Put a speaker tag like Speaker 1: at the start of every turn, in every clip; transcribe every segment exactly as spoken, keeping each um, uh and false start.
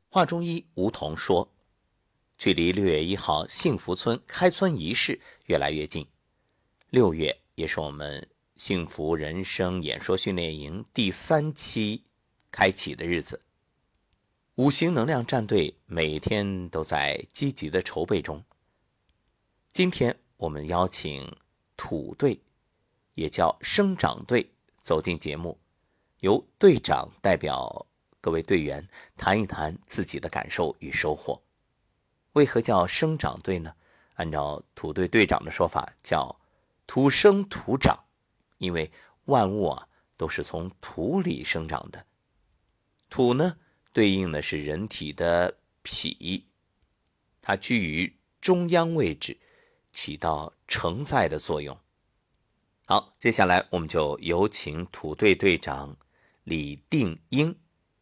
Speaker 1: 话中医吴桐说，距离六月一号幸福村开村仪式越来越近，六月也是我们幸福人生演说训练营第三期开启的日子。五行能量战队每天都在积极的筹备中。今天我们邀请土队，也叫生长队，走进节目，由队长代表各位队员谈一谈自己的感受与收获。为何叫生长队呢？按照土队队长的说法，叫土生土长，因为万物啊都是从土里生长的。土呢，对应的是人体的脾，它居于中央位置，起到承载的作用。好，接下来我们就有请土队队长李定英。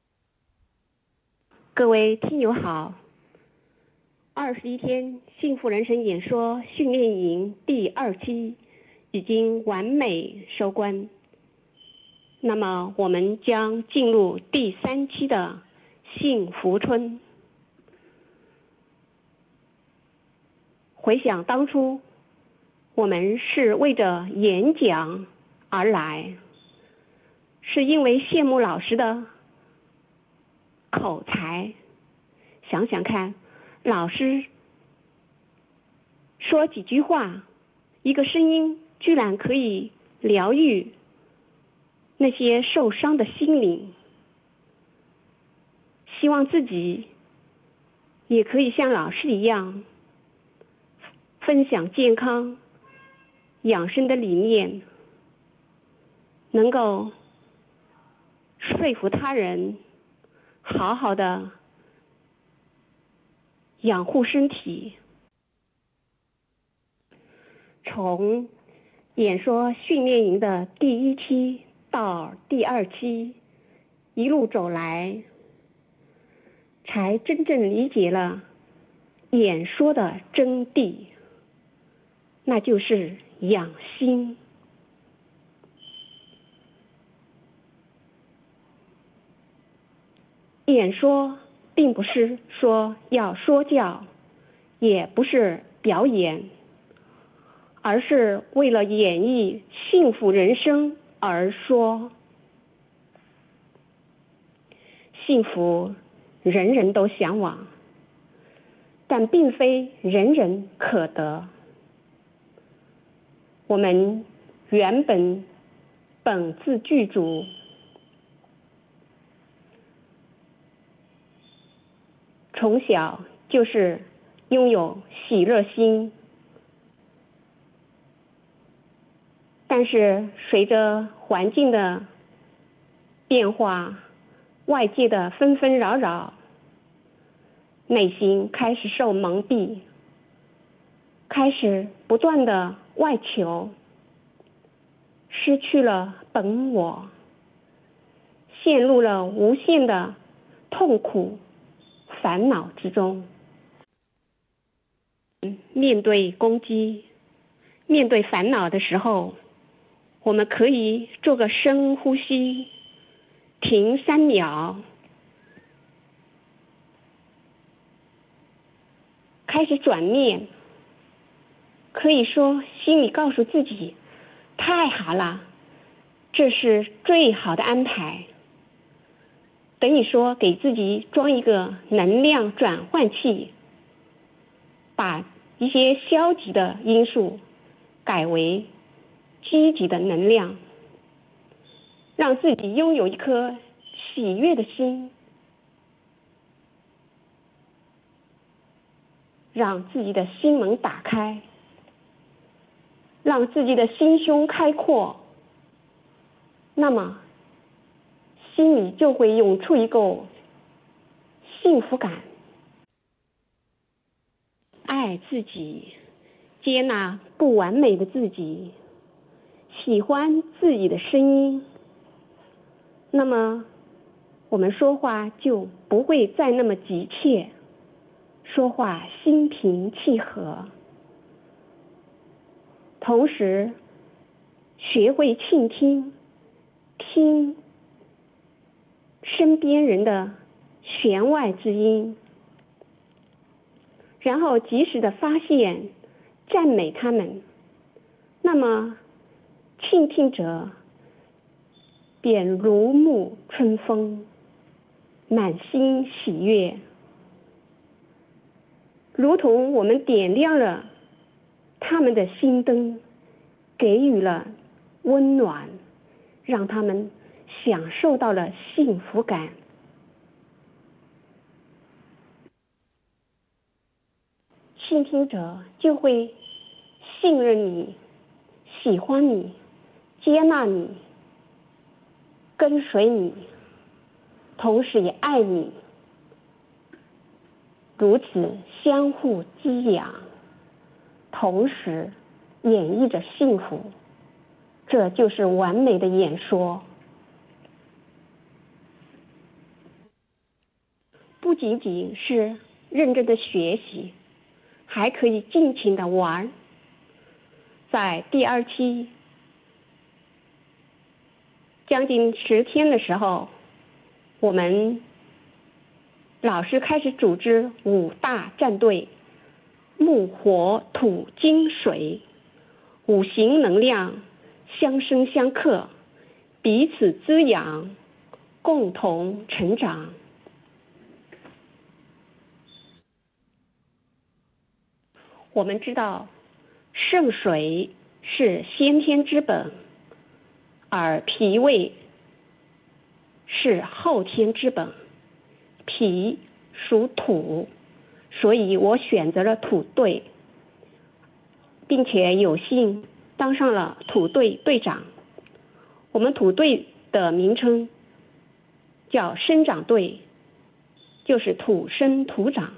Speaker 2: 各位听友好，二十一天幸福人生演说训练营第二期已经完美收官，那么我们将进入第三期的幸福村。回想当初我们是为着演讲而来，是因为羡慕老师的口才。想想看，老师说几句话，一个声音居然可以疗愈那些受伤的心灵。希望自己也可以像老师一样，分享健康养生的理念，能够说服他人好好的养护身体。从演说训练营的第一期到第二期，一路走来，才真正理解了演说的真谛，那就是养心。演说并不是说要说教，也不是表演，而是为了演绎幸福人生而说。幸福人人都向往，但并非人人可得。我们原本本自具足，从小就是拥有喜乐心，但是随着环境的变化，外界的纷纷扰扰，内心开始受蒙蔽，开始不断的外求，失去了本我，陷入了无限的痛苦烦恼之中。面对攻击，面对烦恼的时候，我们可以做个深呼吸，停三秒，开始转念，可以说心里告诉自己，太好了，这是最好的安排。等于说给自己装一个能量转换器，把一些消极的因素改为积极的能量，让自己拥有一颗喜悦的心，让自己的心门打开，让自己的心胸开阔，那么心里就会涌出一个幸福感。爱自己，接纳不完美的自己，喜欢自己的声音，那么我们说话就不会再那么急切，说话心平气和。同时学会倾听，听身边人的弦外之音，然后及时的发现、赞美他们，那么倾听者便如沐春风，满心喜悦，如同我们点亮了他们的心灯，给予了温暖，让他们享受到了幸福感。倾听者就会信任你，喜欢你，接纳你，跟随你，同时也爱你，如此相互滋养，同时演绎着幸福，这就是完美的演说。不仅仅是认真的学习，还可以尽情的玩。在第二期将近十天的时候，我们老师开始组织五大战队，木火土金水，五行能量相生相克，彼此滋养，共同成长。我们知道肾水是先天之本，而脾胃是后天之本。脾属土，所以我选择了土队，并且有幸当上了土队队长。我们土队的名称叫生长队，就是土生土长。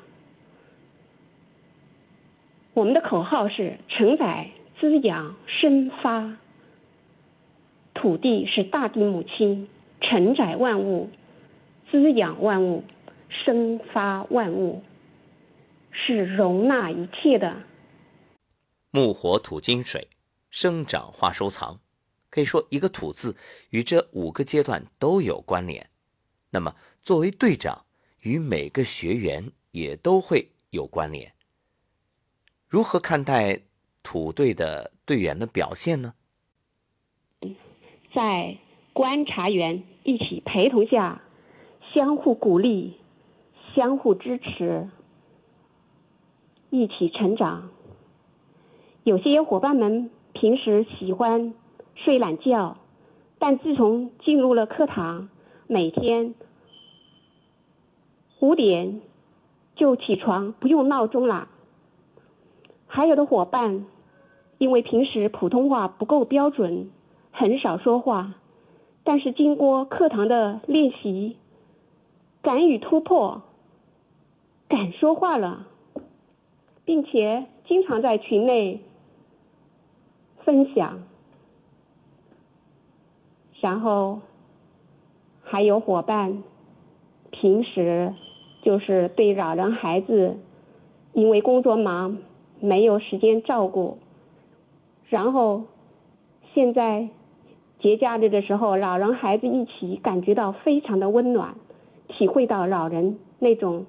Speaker 2: 我们的口号是承载、滋养、生发。土地是大地母亲，承载万物，滋养万物，生发万物，是容纳一切的。
Speaker 1: 木火土金水，生长化收藏，可以说一个土字与这五个阶段都有关联。那么作为队长，与每个学员也都会有关联。如何看待土队的队员的表现呢？
Speaker 2: 在观察员一起陪同下，相互鼓励，相互支持，一起成长。有些伙伴们平时喜欢睡懒觉，但自从进入了课堂，每天五点就起床，不用闹钟了。还有的伙伴因为平时普通话不够标准，很少说话，但是经过课堂的练习，敢于突破，敢说话了，并且经常在群内分享。然后还有伙伴平时就是对老人孩子因为工作忙没有时间照顾，然后现在节假日的时候，老人孩子一起感觉到非常的温暖，体会到老人那种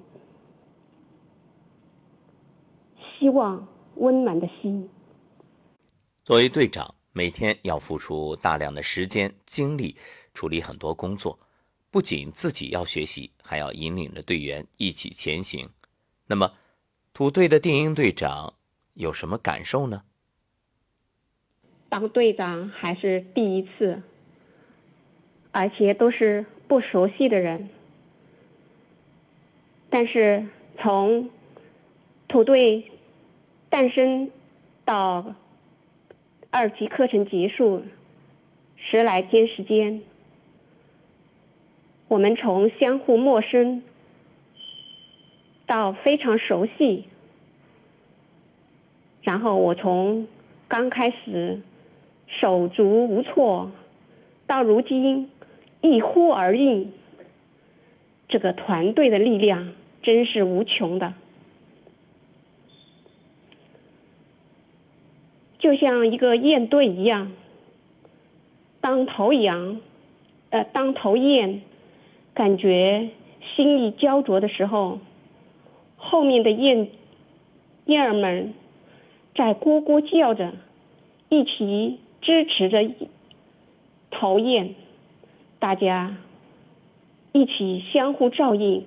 Speaker 2: 希望温暖的心。
Speaker 1: 作为队长，每天要付出大量的时间精力处理很多工作，不仅自己要学习，还要引领着队员一起前行。那么土队的电音队长有什么感受呢？
Speaker 2: 当队长还是第一次，而且都是不熟悉的人，但是从土队诞生到二级课程结束十来天时间，我们从相互陌生到非常熟悉，然后我从刚开始手足无措，到如今一呼而应，这个团队的力量真是无穷的。就像一个雁队一样，当头羊，呃，当头雁，感觉心力焦灼的时候，后面的燕燕儿们在咕咕叫着，一起支持着头雁，大家一起相互照应。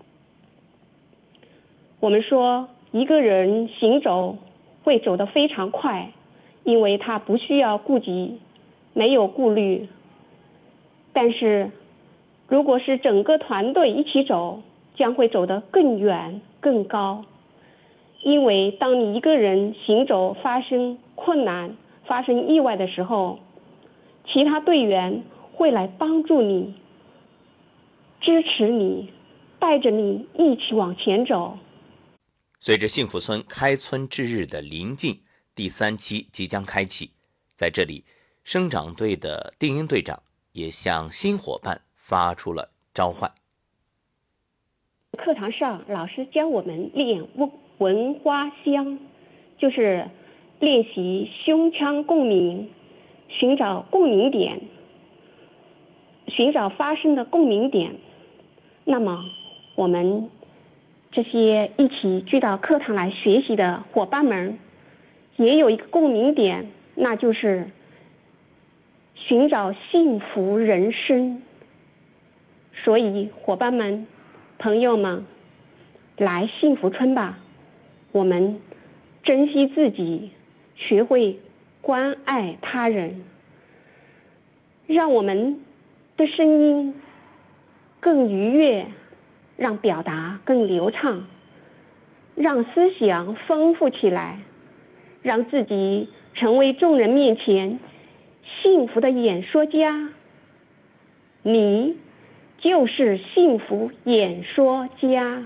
Speaker 2: 我们说一个人行走会走得非常快，因为他不需要顾及，没有顾虑。但是如果是整个团队一起走，将会走得更远更高。因为当你一个人行走发生困难发生意外的时候，其他队员会来帮助你，支持你，带着你一起往前走。
Speaker 1: 随着幸福村开村之日的临近，第三期即将开启。在这里，生长队的丁英队长也向新伙伴发出了召唤。
Speaker 2: 课堂上老师教我们练闻花香，就是练习胸腔共鸣，寻找共鸣点，寻找发声的共鸣点。那么我们这些一起聚到课堂来学习的伙伴们也有一个共鸣点，那就是寻找幸福人生。所以伙伴们朋友们，来幸福村吧，我们珍惜自己，学会关爱他人，让我们的声音更愉悦，让表达更流畅，让思想丰富起来，让自己成为众人面前幸福的演说家。你就是幸福演说家。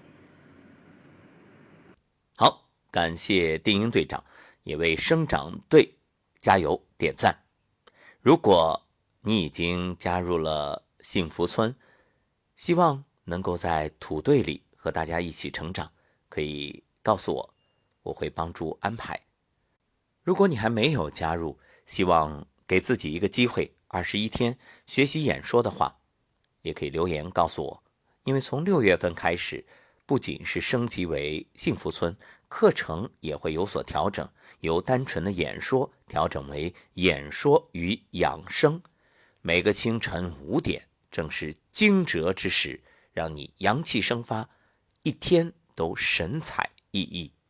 Speaker 1: 好，感谢丁英队长，也为生长队加油点赞。如果你已经加入了幸福村，希望能够在土队里和大家一起成长，可以告诉我，我会帮助安排。如果你还没有加入，希望给自己一个机会，二十一天学习演说的话，也可以留言告诉我。因为从六月份开始，不仅是升级为幸福村，课程也会有所调整，由单纯的演说调整为演说与养生。每个清晨五点，正是惊蛰之时，让你阳气生发，一天都神采奕奕。